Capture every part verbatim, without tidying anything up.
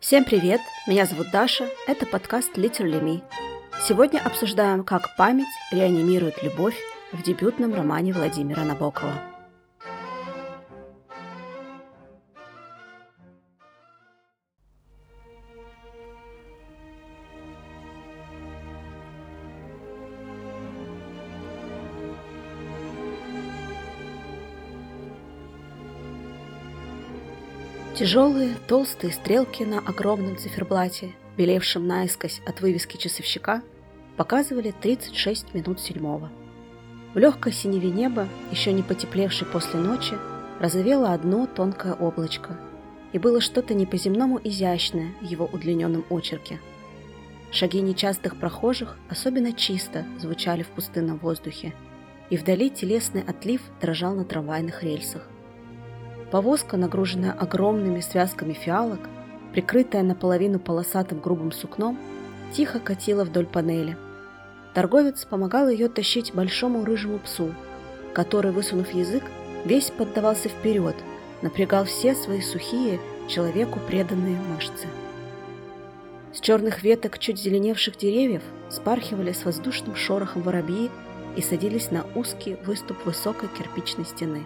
Всем привет! Меня зовут Даша, это подкаст Literally Me. Сегодня обсуждаем, как память реанимирует любовь в дебютном романе Владимира Набокова. Тяжелые, толстые стрелки на огромном циферблате, белевшем наискось от вывески часовщика, показывали тридцать шесть минут седьмого. В легкой синеве неба, еще не потеплевшей после ночи, розовело одно тонкое облачко, и было что-то не по-земному изящное в его удлиненном очерке. Шаги нечастых прохожих особенно чисто звучали в пустынном воздухе, и вдали телесный отлив дрожал на трамвайных рельсах. Повозка, нагруженная огромными связками фиалок, прикрытая наполовину полосатым грубым сукном, тихо катила вдоль панели. Торговец помогал ее тащить большому рыжему псу, который, высунув язык, весь поддавался вперед, напрягал все свои сухие, человеку преданные мышцы. С черных веток чуть зеленевших деревьев спархивали с воздушным шорохом воробьи и садились на узкий выступ высокой кирпичной стены.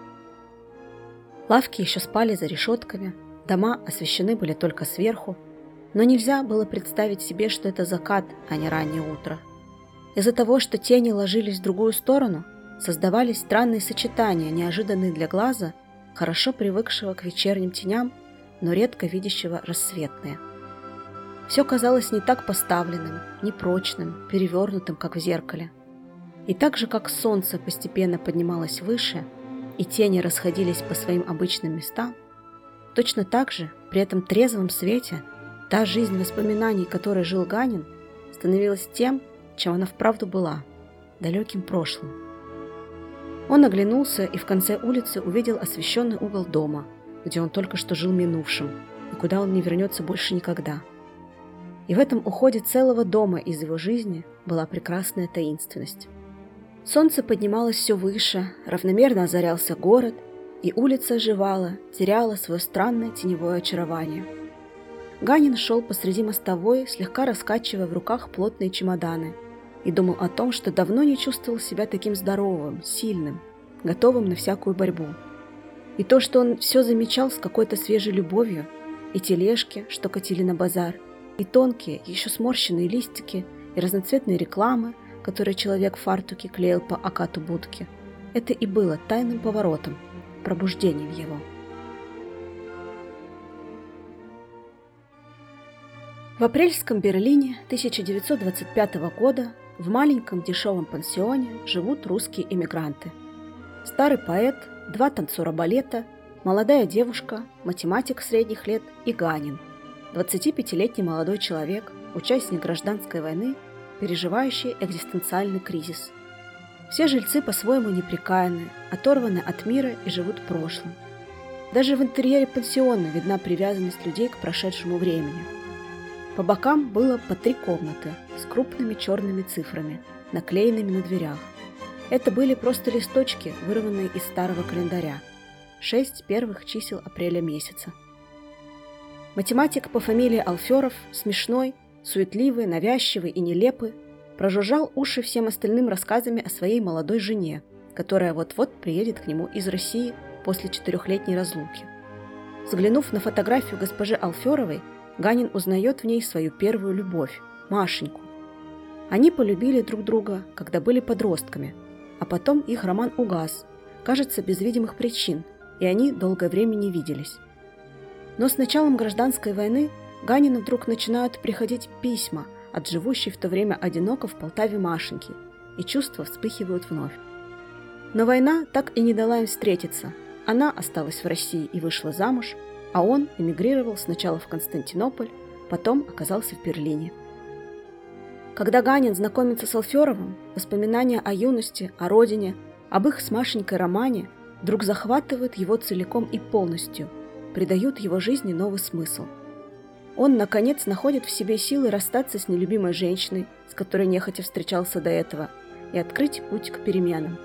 Лавки еще спали за решетками, дома освещены были только сверху, но нельзя было представить себе, что это закат, а не раннее утро. Из-за того, что тени ложились в другую сторону, создавались странные сочетания, неожиданные для глаза, хорошо привыкшего к вечерним теням, но редко видящего рассветные. Все казалось не так поставленным, непрочным, перевернутым, как в зеркале. И так же, как солнце постепенно поднималось выше, и тени расходились по своим обычным местам, точно так же, при этом трезвом свете, та жизнь воспоминаний, которой жил Ганин, становилась тем, чем она вправду была – далеким прошлым. Он оглянулся и в конце улицы увидел освещенный угол дома, где он только что жил минувшим, и куда он не вернется больше никогда. И в этом уходе целого дома из его жизни была прекрасная таинственность. Солнце поднималось все выше, равномерно озарялся город, и улица оживала, теряла свое странное теневое очарование. Ганин шел посреди мостовой, слегка раскачивая в руках плотные чемоданы, и думал о том, что давно не чувствовал себя таким здоровым, сильным, готовым на всякую борьбу. И то, что он все замечал с какой-то свежей любовью, и тележки, что катили на базар, и тонкие, еще сморщенные листики, и разноцветные рекламы, который человек в фартуке клеил по окату будки, это и было тайным поворотом, пробуждением его. В апрельском Берлине тысяча девятьсот двадцать пятого года в маленьком дешевом пансионе живут русские эмигранты. Старый поэт, два танцора балета, молодая девушка, математик средних лет и Ганин, двадцатипятилетний молодой человек, участник гражданской войны, переживающий экзистенциальный кризис. Все жильцы по-своему непрекаянны, оторваны от мира и живут прошлым. Даже в интерьере пансиона видна привязанность людей к прошедшему времени. По бокам было по три комнаты с крупными черными цифрами, наклеенными на дверях. Это были просто листочки, вырванные из старого календаря. Шесть первых чисел апреля месяца. Математик по фамилии Алферов, смешной, суетливый, навязчивый и нелепый, прожужжал уши всем остальным рассказами о своей молодой жене, которая вот-вот приедет к нему из России после четырехлетней разлуки. Взглянув на фотографию госпожи Алферовой, Ганин узнает в ней свою первую любовь – Машеньку. Они полюбили друг друга, когда были подростками, а потом их роман угас, кажется, без видимых причин, и они долгое время не виделись. Но с началом гражданской войны Ганину вдруг начинают приходить письма от живущей в то время одиноко в Полтаве Машеньки, и чувства вспыхивают вновь. Но война так и не дала им встретиться. Она осталась в России и вышла замуж, а он эмигрировал сначала в Константинополь, потом оказался в Берлине. Когда Ганин знакомится с Алферовым, воспоминания о юности, о родине, об их с Машенькой романе вдруг захватывают его целиком и полностью, придают его жизни новый смысл. Он, наконец, находит в себе силы расстаться с нелюбимой женщиной, с которой нехотя встречался до этого, и открыть путь к переменам.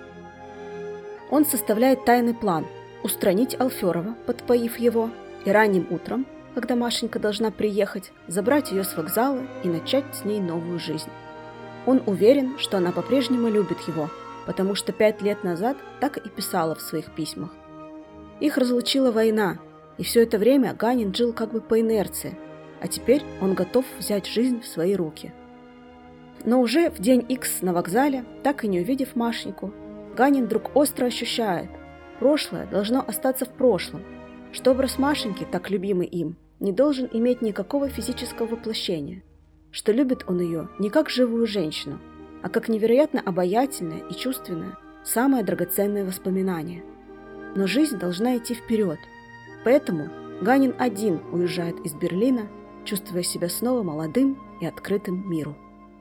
Он составляет тайный план – устранить Алферова, подпоив его, и ранним утром, когда Машенька должна приехать, забрать ее с вокзала и начать с ней новую жизнь. Он уверен, что она по-прежнему любит его, потому что пять лет назад так и писала в своих письмах. Их разлучила война, и все это время Ганин жил как бы по инерции, а теперь он готов взять жизнь в свои руки. Но уже в день Икс на вокзале, так и не увидев Машеньку, Ганин вдруг остро ощущает: прошлое должно остаться в прошлом, что образ Машеньки, так любимый им, не должен иметь никакого физического воплощения, что любит он ее не как живую женщину, а как невероятно обаятельное и чувственное, самое драгоценное воспоминание. Но жизнь должна идти вперед, поэтому Ганин один уезжает из Берлина, чувствуя себя снова молодым и открытым миру.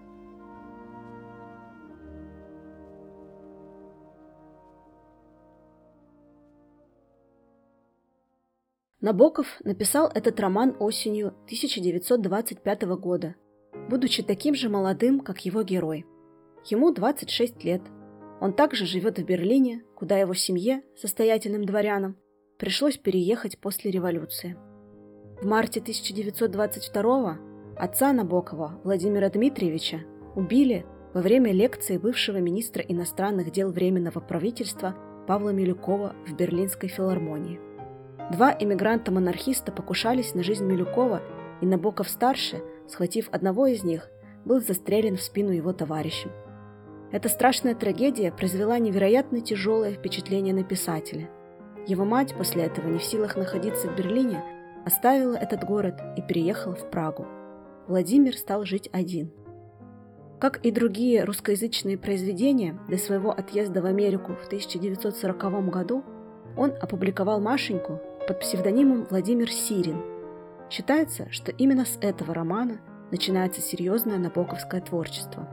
Набоков написал этот роман осенью тысяча девятьсот двадцать пятого года, будучи таким же молодым, как его герой. Ему двадцать шесть лет. Он также живет в Берлине, куда его семье, состоятельным дворянам, пришлось переехать после революции. В марте тысяча девятьсот двадцать второго отца Набокова, Владимира Дмитриевича, убили во время лекции бывшего министра иностранных дел Временного правительства Павла Милюкова в Берлинской филармонии. Два эмигранта-монархиста покушались на жизнь Милюкова, и Набоков-старший, схватив одного из них, был застрелен в спину его товарищем. Эта страшная трагедия произвела невероятно тяжелое впечатление на писателя. Его мать после этого, не в силах находиться в Берлине, оставила этот город и переехала в Прагу. Владимир стал жить один. Как и другие русскоязычные произведения, до своего отъезда в Америку в тысяча девятьсот сороковом году он опубликовал Машеньку под псевдонимом Владимир Сирин. Считается, что именно с этого романа начинается серьезное набоковское творчество.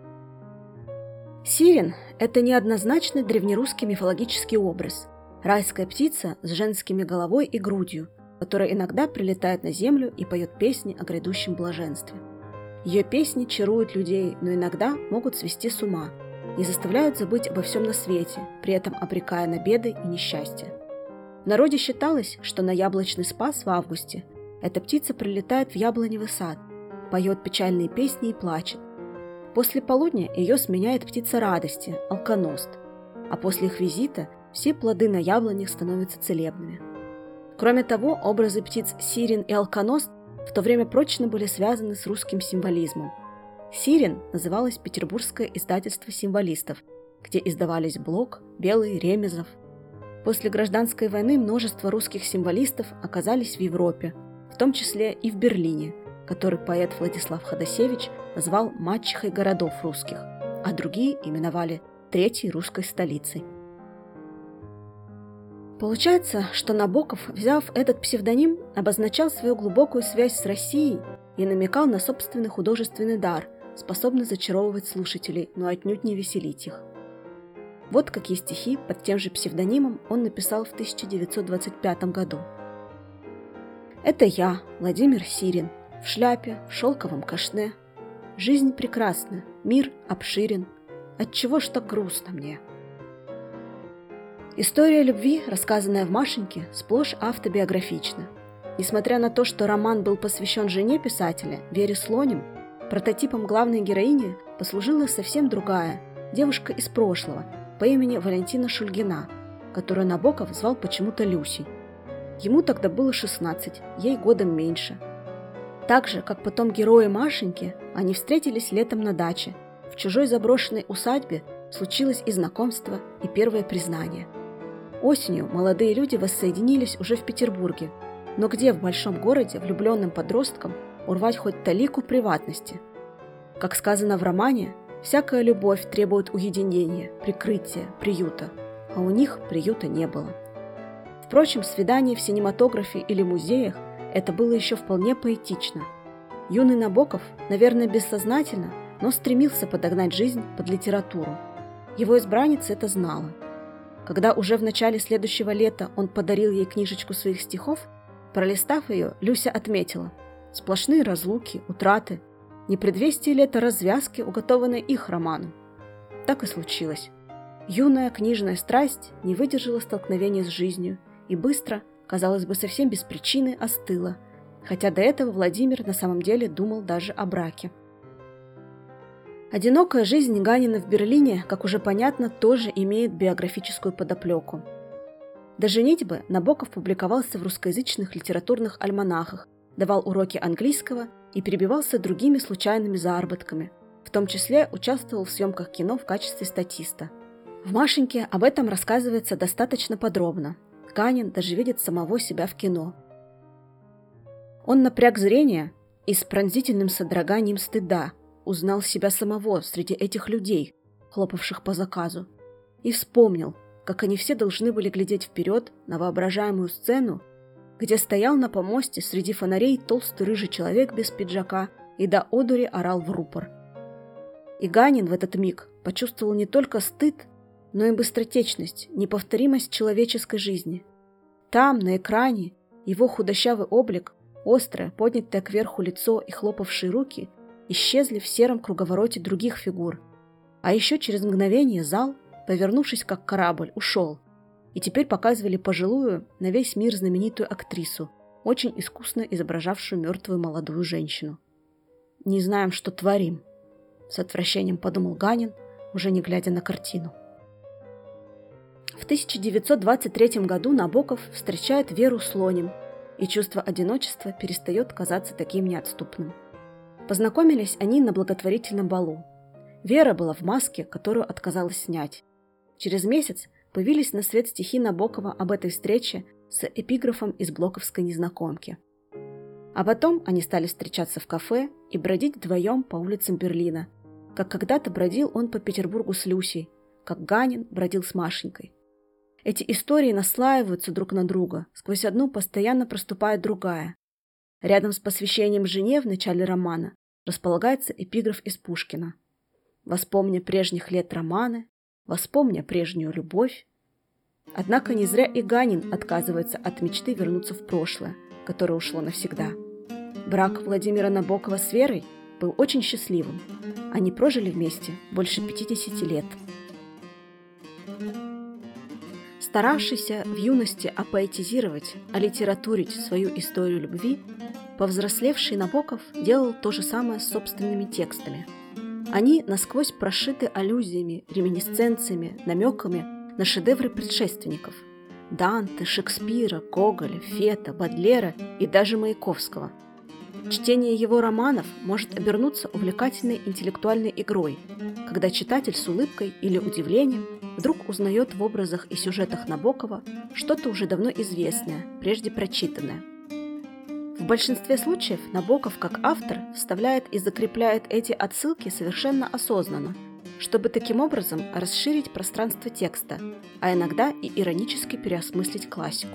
Сирин – это неоднозначный древнерусский мифологический образ, райская птица с женскими головой и грудью, которая иногда прилетает на землю и поет песни о грядущем блаженстве. Ее песни чаруют людей, но иногда могут свести с ума и заставляют забыть обо всем на свете, при этом обрекая на беды и несчастья. В народе считалось, что на яблочный спас в августе эта птица прилетает в яблоневый сад, поет печальные песни и плачет. После полудня ее сменяет птица радости, алконост, а после их визита все плоды на яблонях становятся целебными. Кроме того, образы птиц Сирин и алконост в то время прочно были связаны с русским символизмом. Сирин называлось Петербургское издательство символистов, где издавались Блок, Белый, Ремезов. После гражданской войны множество русских символистов оказались в Европе, в том числе и в Берлине, который поэт Владислав Ходосевич назвал «мачехой городов русских», а другие именовали «третьей русской столицей». Получается, что Набоков, взяв этот псевдоним, обозначал свою глубокую связь с Россией и намекал на собственный художественный дар, способный зачаровывать слушателей, но отнюдь не веселить их. Вот какие стихи под тем же псевдонимом он написал в тысяча девятьсот двадцать пятом году. «Это я, Владимир Сирин, в шляпе, в шелковом кашне. Жизнь прекрасна, мир обширен. Отчего ж так грустно мне?» История любви, рассказанная в Машеньке, сплошь автобиографична. Несмотря на то, что роман был посвящен жене писателя, Вере Слоним, прототипом главной героини послужила совсем другая, девушка из прошлого, по имени Валентина Шульгина, которую Набоков звал почему-то Люсей. Ему тогда было шестнадцать, ей годом меньше. Так же, как потом герои Машеньки, они встретились летом на даче. В чужой заброшенной усадьбе случилось и знакомство, и первое признание. Осенью молодые люди воссоединились уже в Петербурге, но где в большом городе влюбленным подросткам урвать хоть талику приватности? Как сказано в романе, всякая любовь требует уединения, прикрытия, приюта, а у них приюта не было. Впрочем, свидание в синематографе или музеях – это было еще вполне поэтично. Юный Набоков, наверное, бессознательно, но стремился подогнать жизнь под литературу. Его избранница это знала. Когда уже в начале следующего лета он подарил ей книжечку своих стихов, пролистав ее, Люся отметила: сплошные разлуки, утраты, не предвестие ли это развязки, уготованной их роману. Так и случилось. Юная книжная страсть не выдержала столкновения с жизнью и быстро, казалось бы, совсем без причины остыла, хотя до этого Владимир на самом деле думал даже о браке. Одинокая жизнь Ганина в Берлине, как уже понятно, тоже имеет биографическую подоплеку. До женитьбы Набоков публиковался в русскоязычных литературных альманахах, давал уроки английского и перебивался другими случайными заработками, в том числе участвовал в съемках кино в качестве статиста. В «Машеньке» об этом рассказывается достаточно подробно. Ганин даже видит самого себя в кино. Он напряг зрение и с пронзительным содроганием стыда узнал себя самого среди этих людей, хлопавших по заказу, и вспомнил, как они все должны были глядеть вперед на воображаемую сцену, где стоял на помосте среди фонарей толстый рыжий человек без пиджака и до одури орал в рупор. И Ганин в этот миг почувствовал не только стыд, но и быстротечность, неповторимость человеческой жизни. Там, на экране, его худощавый облик, острое, поднятое кверху лицо и хлопавшие руки исчезли в сером круговороте других фигур. А еще через мгновение зал, повернувшись как корабль, ушел. И теперь показывали пожилую, на весь мир знаменитую актрису, очень искусно изображавшую мертвую молодую женщину. «Не знаем, что творим», — с отвращением подумал Ганин, уже не глядя на картину. В тысяча девятьсот двадцать третьем году Набоков встречает Веру Слоним, и чувство одиночества перестает казаться таким неотступным. Познакомились они на благотворительном балу. Вера была в маске, которую отказалась снять. Через месяц появились на свет стихи Набокова об этой встрече с эпиграфом из блоковской «Незнакомки». А потом они стали встречаться в кафе и бродить вдвоем по улицам Берлина, как когда-то бродил он по Петербургу с Люсей, как Ганин бродил с Машенькой. Эти истории наслаиваются друг на друга, сквозь одну постоянно проступает другая. Рядом с посвящением жене в начале романа располагается эпиграф из Пушкина: «Воспомня прежних лет романы, воспомня прежнюю любовь». Однако не зря и Ганин отказывается от мечты вернуться в прошлое, которое ушло навсегда. Брак Владимира Набокова с Верой был очень счастливым. Они прожили вместе больше пятидесяти лет. Старавшийся в юности апоэтизировать, аллитературить свою историю любви, повзрослевший Набоков делал то же самое с собственными текстами. Они насквозь прошиты аллюзиями, реминисценциями, намеками на шедевры предшественников – Данте, Шекспира, Гоголя, Фета, Бодлера и даже Маяковского. Чтение его романов может обернуться увлекательной интеллектуальной игрой, когда читатель с улыбкой или удивлением вдруг узнает в образах и сюжетах Набокова что-то уже давно известное, прежде прочитанное. В большинстве случаев Набоков как автор вставляет и закрепляет эти отсылки совершенно осознанно, чтобы таким образом расширить пространство текста, а иногда и иронически переосмыслить классику.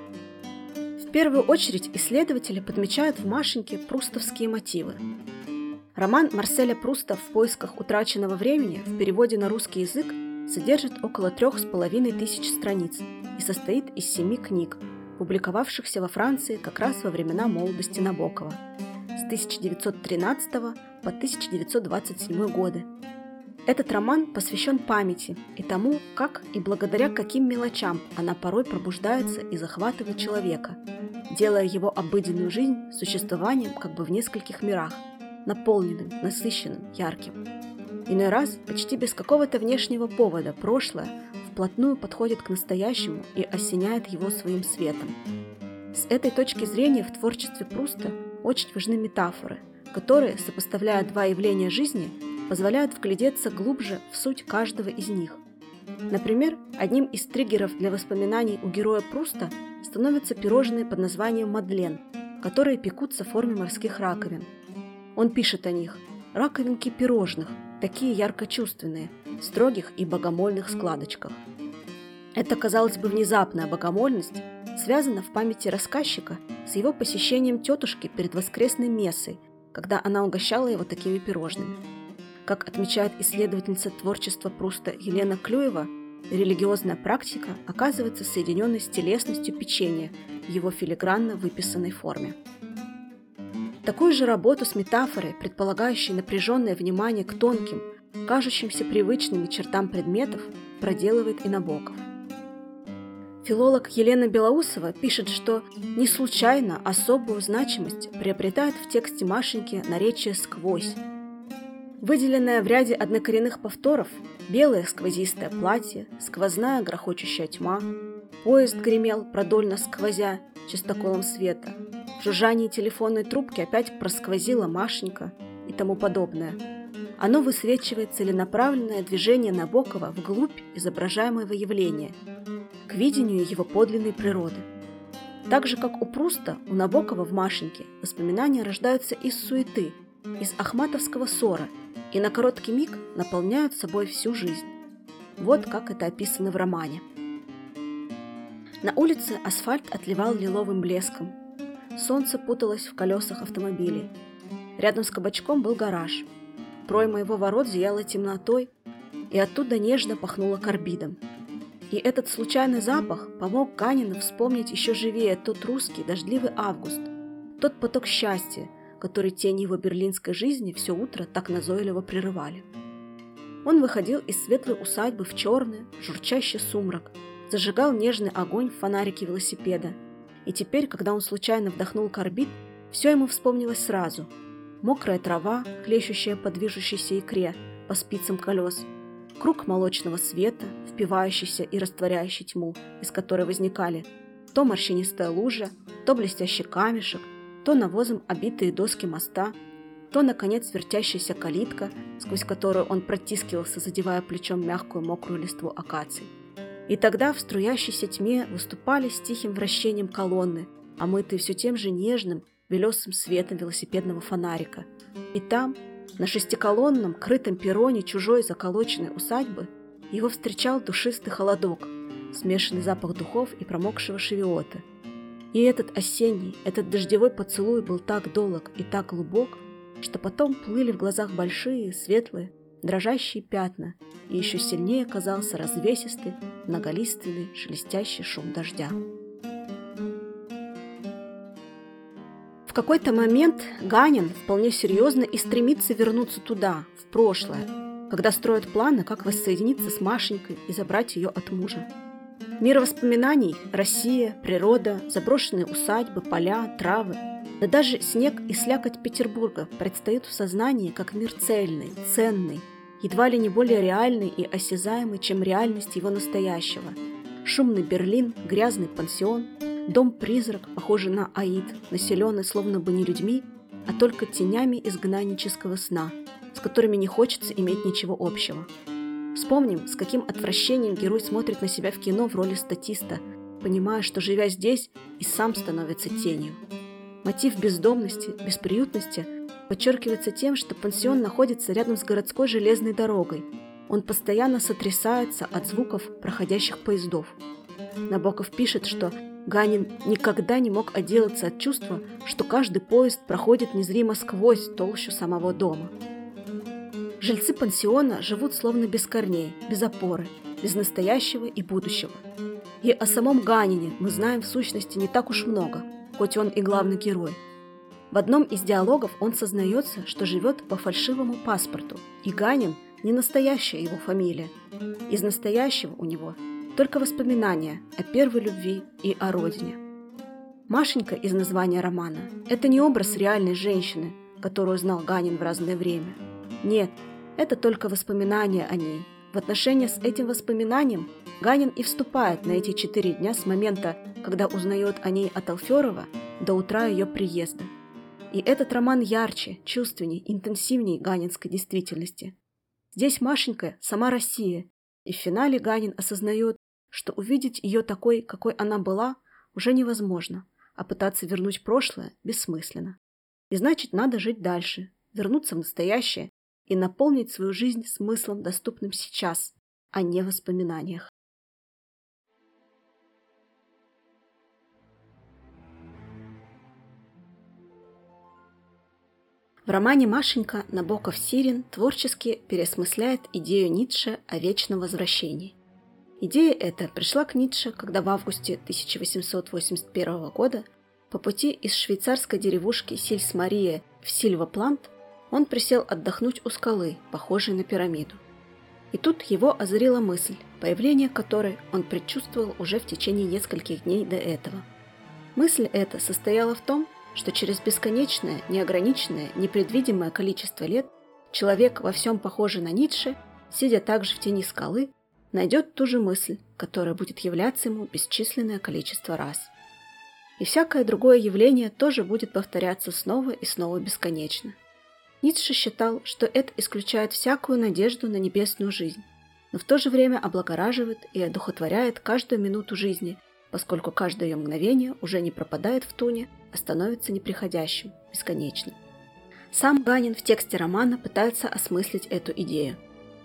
В первую очередь исследователи подмечают в «Машеньке» прустовские мотивы. Роман Марселя Пруста «В поисках утраченного времени» в переводе на русский язык содержит около трех с половиной тысяч страниц и состоит из семи книг, публиковавшихся во Франции как раз во времена молодости Набокова с тысяча девятьсот тринадцатого по тысяча девятьсот двадцать седьмой годы. Этот роман посвящен памяти и тому, как и благодаря каким мелочам она порой пробуждается и захватывает человека, делая его обыденную жизнь существованием как бы в нескольких мирах, наполненным, насыщенным, ярким. Иной раз, почти без какого-то внешнего повода, прошлое вплотную подходит к настоящему и осеняет его своим светом. С этой точки зрения в творчестве Пруста очень важны метафоры, которые, сопоставляя два явления жизни, позволяют вглядеться глубже в суть каждого из них. Например, одним из триггеров для воспоминаний у героя Пруста становятся пирожные под названием «Мадлен», которые пекутся в форме морских раковин. Он пишет о них: «Раковинки пирожных, такие ярко-чувственные, в строгих и богомольных складочках». Эта, казалось бы, внезапная богомольность связана в памяти рассказчика с его посещением тетушки перед воскресной мессой, когда она угощала его такими пирожными. Как отмечает исследовательница творчества Пруста Елена Клюева, религиозная практика оказывается соединенной с телесностью печенья в его филигранно выписанной форме. Такую же работу с метафорой, предполагающей напряженное внимание к тонким, кажущимся привычными чертам предметов, проделывает и Набоков. Филолог Елена Белоусова пишет, что не случайно особую значимость приобретает в тексте Машеньки наречие «сквозь». Выделенное в ряде однокоренных повторов белое сквозистое платье, сквозная грохочущая тьма, поезд гремел, продольно сквозя частоколом света, в жужжании телефонной трубки опять просквозила Машенька и тому подобное. Оно высвечивает целенаправленное движение Набокова вглубь изображаемого явления, к видению его подлинной природы. Так же, как у Пруста, у Набокова в Машеньке воспоминания рождаются из суеты, из ахматовского ссора и на короткий миг наполняют собой всю жизнь. Вот как это описано в романе. На улице асфальт отливал лиловым блеском. Солнце путалось в колесах автомобилей. Рядом с кабачком был гараж. Пройма его ворот зияла темнотой, и оттуда нежно пахнуло карбидом. И этот случайный запах помог Ганину вспомнить еще живее тот русский дождливый август, тот поток счастья, который тени его берлинской жизни все утро так назойливо прерывали. Он выходил из светлой усадьбы в черный, журчащий сумрак, зажигал нежный огонь в фонарике велосипеда, и теперь, когда он случайно вдохнул карбид, все ему вспомнилось сразу. Мокрая трава, хлещущая по движущейся икре, по спицам колес, круг молочного света, впивающийся и растворяющий тьму, из которой возникали то морщинистая лужа, то блестящий камешек, то навозом обитые доски моста, то, наконец, вертящаяся калитка, сквозь которую он протискивался, задевая плечом мягкую мокрую листву акаций. И тогда в струящейся тьме выступали с тихим вращением колонны, омытые все тем же нежным, белесым светом велосипедного фонарика. И там, на шестиколонном, крытом перроне чужой заколоченной усадьбы, его встречал душистый холодок, смешанный запах духов и промокшего шевиота. И этот осенний, этот дождевой поцелуй был так долг и так глубок, что потом плыли в глазах большие, светлые, дрожащие пятна, и еще сильнее казался развесистый, многолиственный, шелестящий шум дождя. В какой-то момент Ганин вполне серьезно и стремится вернуться туда, в прошлое, когда строят планы, как воссоединиться с Машенькой и забрать ее от мужа. Мир воспоминаний – Россия, природа, заброшенные усадьбы, поля, травы, да даже снег и слякоть Петербурга предстают в сознании как мир цельный, ценный, едва ли не более реальный и осязаемый, чем реальность его настоящего. Шумный Берлин, грязный пансион, дом-призрак, похожий на Аид, населенный словно бы не людьми, а только тенями изгнаннического сна, с которыми не хочется иметь ничего общего. Вспомним, с каким отвращением герой смотрит на себя в кино в роли статиста, понимая, что, живя здесь, и сам становится тенью. Мотив бездомности, бесприютности подчеркивается тем, что пансион находится рядом с городской железной дорогой. Он постоянно сотрясается от звуков проходящих поездов. Набоков пишет, что Ганин никогда не мог отделаться от чувства, что каждый поезд проходит незримо сквозь толщу самого дома. Жильцы пансиона живут словно без корней, без опоры, без настоящего и будущего. И о самом Ганине мы знаем в сущности не так уж много, хоть он и главный герой. В одном из диалогов он сознается, что живет по фальшивому паспорту, и Ганин – не настоящая его фамилия. Из настоящего у него только воспоминания о первой любви и о родине. Машенька из названия романа – это не образ реальной женщины, которую знал Ганин в разное время. Нет, это только воспоминания о ней. В отношения с этим воспоминанием Ганин и вступает на эти четыре дня с момента, когда узнает о ней от Алферова, до утра ее приезда. И этот роман ярче, чувственней, интенсивней ганинской действительности. Здесь Машенька – сама Россия, и в финале Ганин осознает, что увидеть ее такой, какой она была, уже невозможно, а пытаться вернуть прошлое бессмысленно. И значит, надо жить дальше, вернуться в настоящее и наполнить свою жизнь смыслом, доступным сейчас, а не в воспоминаниях. В романе «Машенька» Набоков-Сирин творчески переосмысляет идею Ницше о вечном возвращении. Идея эта пришла к Ницше, когда в августе тысяча восемьсот восемьдесят первого года по пути из швейцарской деревушки Сильс-Мария в Сильва-Плант он присел отдохнуть у скалы, похожей на пирамиду. И тут его озарила мысль, появление которой он предчувствовал уже в течение нескольких дней до этого. Мысль эта состояла в том, что через бесконечное, неограниченное, непредвидимое количество лет человек, во всем похожий на Ницше, сидя также в тени скалы, найдет ту же мысль, которая будет являться ему бесчисленное количество раз. И всякое другое явление тоже будет повторяться снова и снова бесконечно. Ницше считал, что это исключает всякую надежду на небесную жизнь, но в то же время облагораживает и одухотворяет каждую минуту жизни, поскольку каждое ее мгновение уже не пропадает в туне, а становится неприходящим, бесконечным. Сам Ганин в тексте романа пытается осмыслить эту идею.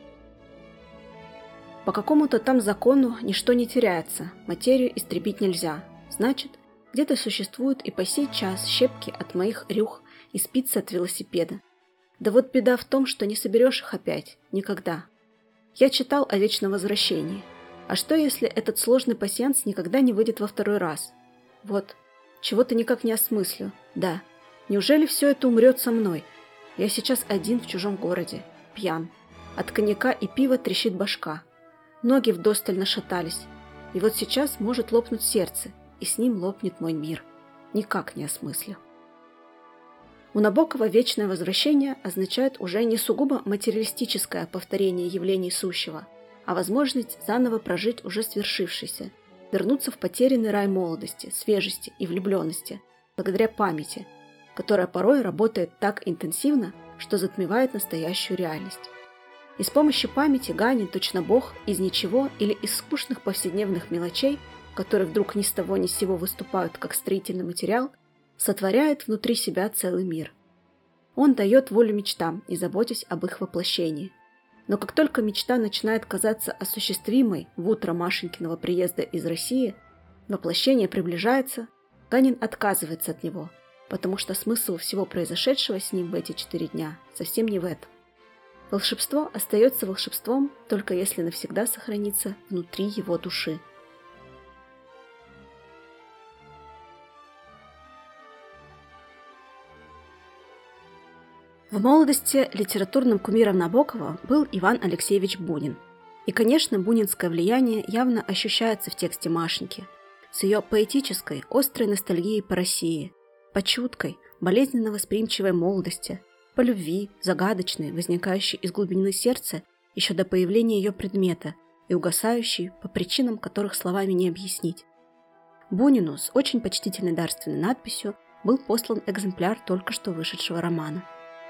По какому-то там закону ничто не теряется, материю истребить нельзя. Значит, где-то существуют и по сей час щепки от моих рюх и спицы от велосипеда. Да вот беда в том, что не соберешь их опять, никогда. Я читал о вечном возвращении. А что, если этот сложный пасьянс никогда не выйдет во второй раз? Вот, чего-то никак не осмыслю. Да, неужели все это умрет со мной? Я сейчас один в чужом городе, пьян. От коньяка и пива трещит башка. Ноги вдосталь нашатались. И вот сейчас может лопнуть сердце, и с ним лопнет мой мир. Никак не осмыслю. У Набокова вечное возвращение означает уже не сугубо материалистическое повторение явлений сущего, а возможность заново прожить уже свершившееся, вернуться в потерянный рай молодости, свежести и влюбленности, благодаря памяти, которая порой работает так интенсивно, что затмевает настоящую реальность. И с помощью памяти Ганин, точно бог, из ничего или из скучных повседневных мелочей, которые вдруг ни с того ни с сего выступают как строительный материал, сотворяет внутри себя целый мир. Он дает волю мечтам и заботясь об их воплощении. Но как только мечта начинает казаться осуществимой в утро Машенькиного приезда из России, воплощение приближается, Ганин отказывается от него, потому что смысл всего произошедшего с ним в эти четыре дня совсем не в этом. Волшебство остается волшебством, только если навсегда сохранится внутри его души. В молодости литературным кумиром Набокова был Иван Алексеевич Бунин. И, конечно, бунинское влияние явно ощущается в тексте Машеньки, с ее поэтической, острой ностальгией по России, по чуткой, болезненно восприимчивой молодости, по любви, загадочной, возникающей из глубины сердца еще до появления ее предмета и угасающей по причинам, которых словами не объяснить. Бунину с очень почтительной дарственной надписью был послан экземпляр только что вышедшего романа.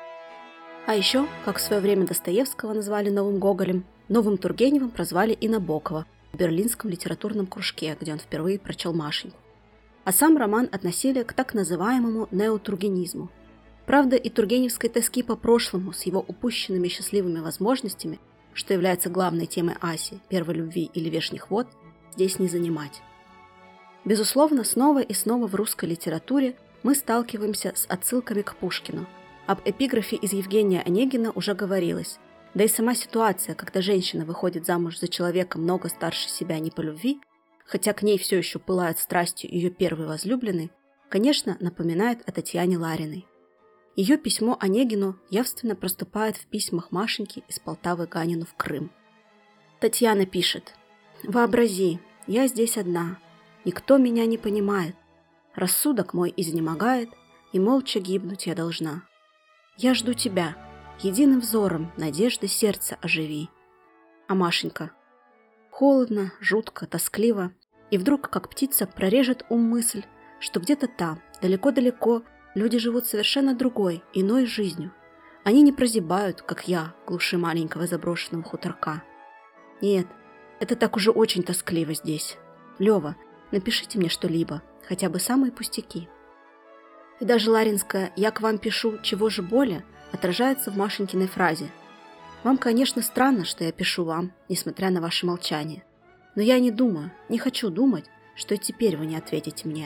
А еще, как в свое время Достоевского назвали новым Гоголем, новым Тургеневым прозвали и Набокова в берлинском литературном кружке, где он впервые прочел Машеньку. А сам роман относили к так называемому неотургенизму. Правда, и тургеневской тоски по прошлому с его упущенными счастливыми возможностями, что является главной темой Аси, первой любви или вешних вод, здесь не занимать. Безусловно, снова и снова в русской литературе мы сталкиваемся с отсылками к Пушкину. Об эпиграфе из Евгения Онегина уже говорилось. Да и сама ситуация, когда женщина выходит замуж за человека много старше себя не по любви, хотя к ней все еще пылает страстью ее первый возлюбленный, конечно, напоминает о Татьяне Лариной. Ее письмо Онегину явственно проступает в письмах Машеньки из Полтавы Ганину в Крым. Татьяна пишет: «Вообрази, я здесь одна, никто меня не понимает, рассудок мой изнемогает, и молча гибнуть я должна. Я жду тебя, единым взором надежды сердца оживи». А Машенька: холодно, жутко, тоскливо, и вдруг, как птица, прорежет ум мысль, что где-то там, далеко-далеко, люди живут совершенно другой, иной жизнью. Они не прозябают, как я, в глуши маленького заброшенного хуторка. Нет, это так уже очень тоскливо здесь. Лёва, напишите мне что-либо, хотя бы самые пустяки. И даже ларинское «я к вам пишу, чего же более» отражается в Машенькиной фразе. Вам, конечно, странно, что я пишу вам, несмотря на ваше молчание. Но я не думаю, не хочу думать, что и теперь вы не ответите мне.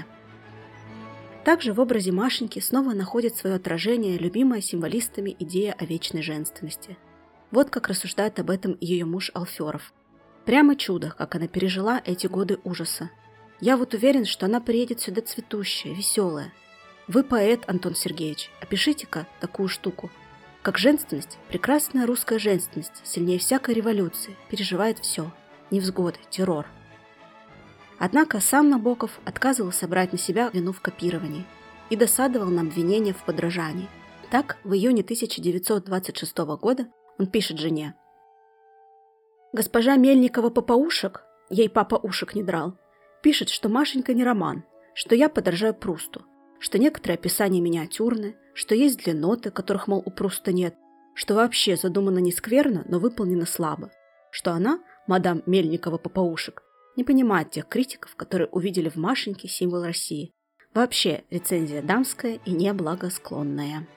Также в образе Машеньки снова находит свое отражение любимая символистами идея о вечной женственности. Вот как рассуждает об этом ее муж Алферов. Прямо чудо, как она пережила эти годы ужаса. Я вот уверен, что она приедет сюда цветущая, веселая. Вы поэт, Антон Сергеевич, опишите-ка такую штуку. Как женственность, прекрасная русская женственность, сильнее всякой революции, переживает все. невзгоды, террор. Однако сам Набоков отказывался брать на себя вину в копировании и досадовал на обвинения в подражании. Так, в июне тысяча девятьсот двадцать шестого года он пишет жене: «Госпожа Мельникова-Попаушек, ей папа ушек не драл, пишет, что Машенька не роман, что я подражаю Прусту, что некоторые описания миниатюрны, что есть длинноты, которых, мол, у Пруста нет, что вообще задумано не скверно, но выполнено слабо, что она, мадам Мельникова-Попаушек, не понимает тех критиков, которые увидели в Машеньке символ России. Вообще, рецензия дамская и неблагосклонная».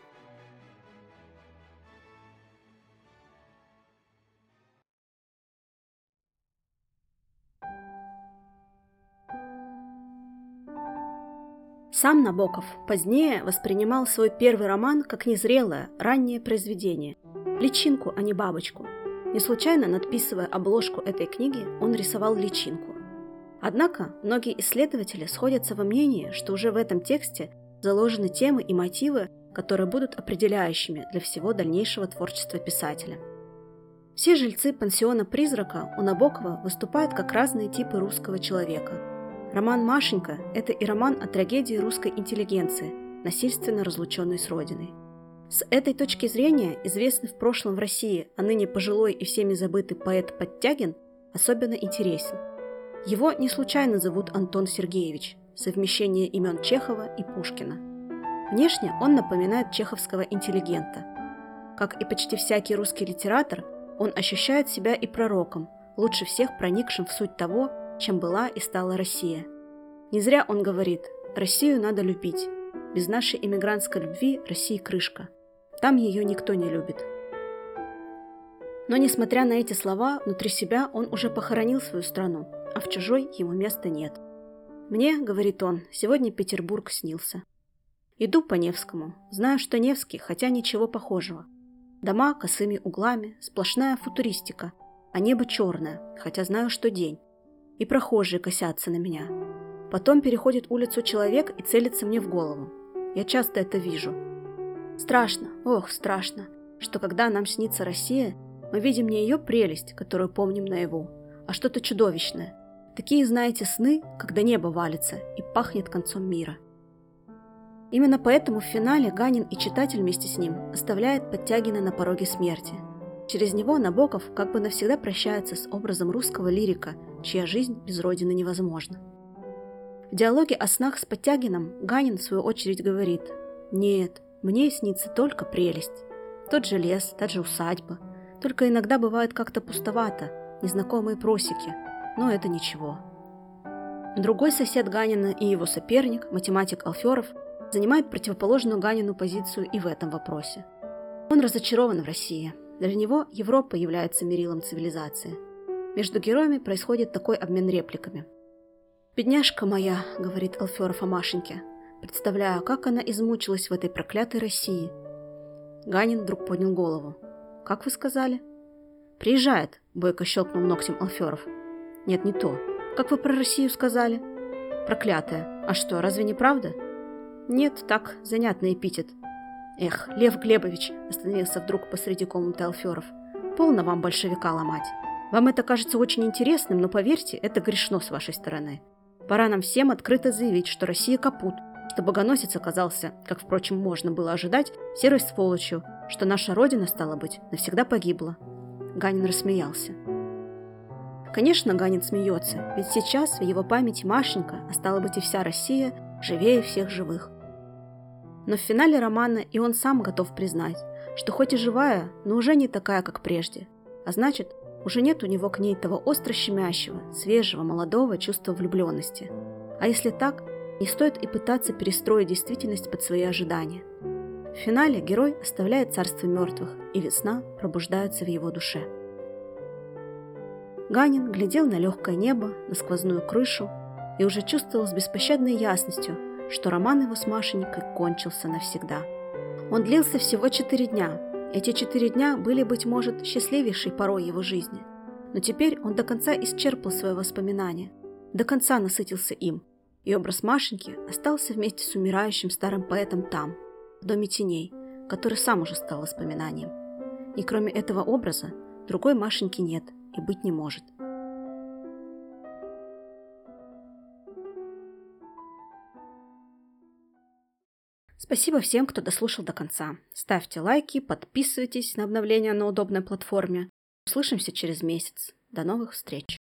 Сам Набоков позднее воспринимал свой первый роман как незрелое, раннее произведение, личинку, а не бабочку. Не случайно, надписывая обложку этой книги, он рисовал личинку. Однако многие исследователи сходятся во мнении, что уже в этом тексте заложены темы и мотивы, которые будут определяющими для всего дальнейшего творчества писателя. Все жильцы пансиона «Призрака» у Набокова выступают как разные типы русского человека. Роман «Машенька» – это и роман о трагедии русской интеллигенции, насильственно разлученной с родиной. С этой точки зрения известный в прошлом в России, а ныне пожилой и всеми забытый поэт Подтягин особенно интересен. Его не случайно зовут Антон Сергеевич, совмещение имен Чехова и Пушкина. Внешне он напоминает чеховского интеллигента. Как и почти всякий русский литератор, он ощущает себя и пророком, лучше всех проникшим в суть того, чем была и стала Россия. Не зря он говорит: «Россию надо любить. Без нашей эмигрантской любви России крышка. Там ее никто не любит». Но, несмотря на эти слова, внутри себя он уже похоронил свою страну, а в чужой ему места нет. «Мне, — говорит он, — сегодня Петербург снился. Иду по Невскому, знаю, что Невский, хотя ничего похожего. Дома косыми углами, сплошная футуристика, а небо черное, хотя знаю, что день. И прохожие косятся на меня. Потом переходит улицу человек и целится мне в голову. Я часто это вижу. Страшно, ох, страшно, что когда нам снится Россия, мы видим не ее прелесть, которую помним наяву, а что-то чудовищное. Такие, знаете, сны, когда небо валится и пахнет концом мира». Именно поэтому в финале Ганин и читатель вместе с ним оставляет Подтягина на пороге смерти. Через него Набоков как бы навсегда прощается с образом русского лирика, чья жизнь без родины невозможна. В диалоге о снах с Подтягиным Ганин в свою очередь говорит: «Нет, мне снится только прелесть. Тот же лес, та же усадьба. Только иногда бывает как-то пустовато, незнакомые просеки, но это ничего». Другой сосед Ганина и его соперник, математик Алферов, занимает противоположную Ганину позицию и в этом вопросе. Он разочарован в России. Для него Европа является мерилом цивилизации. Между героями происходит такой обмен репликами. «Бедняжка моя, — говорит Алферов о Машеньке, — представляю, как она измучилась в этой проклятой России». Ганин вдруг поднял голову. «Как вы сказали?» «Приезжает», — бойко щелкнул ногтем Алферов. «Нет, не то. Как вы про Россию сказали?» «Проклятая. А что, разве не правда?» «Нет, так, занятный эпитет». «Эх, Лев Глебович», — остановился вдруг посреди комнаты Алферов, — «полно вам большевика ломать. Вам это кажется очень интересным, но поверьте, это грешно с вашей стороны. Пора нам всем открыто заявить, что Россия капут, что богоносец оказался, как, впрочем, можно было ожидать, серой сволочью, что наша Родина, стала быть, навсегда погибла». Ганин рассмеялся. Конечно, Ганин смеется, ведь сейчас в его памяти Машенька, а стала быть и вся Россия, живее всех живых. Но в финале романа и он сам готов признать, что хоть и живая, но уже не такая, как прежде, а значит, уже нет у него к ней того остро щемящего, свежего, молодого чувства влюбленности. А если так, не стоит и пытаться перестроить действительность под свои ожидания. В финале герой оставляет царство мертвых, и весна пробуждается в его душе. Ганин глядел на легкое небо, на сквозную крышу и уже чувствовал с беспощадной ясностью, что роман его с Машенькой кончился навсегда. Он длился всего четыре дня. Эти четыре дня были, быть может, счастливейшей порой его жизни. Но теперь он до конца исчерпал свои воспоминания, до конца насытился им, и образ Машеньки остался вместе с умирающим старым поэтом там, в доме теней, который сам уже стал воспоминанием. И кроме этого образа, другой Машеньки нет и быть не может. Спасибо всем, кто дослушал до конца. Ставьте лайки, подписывайтесь на обновления на удобной платформе. Услышимся через месяц. До новых встреч!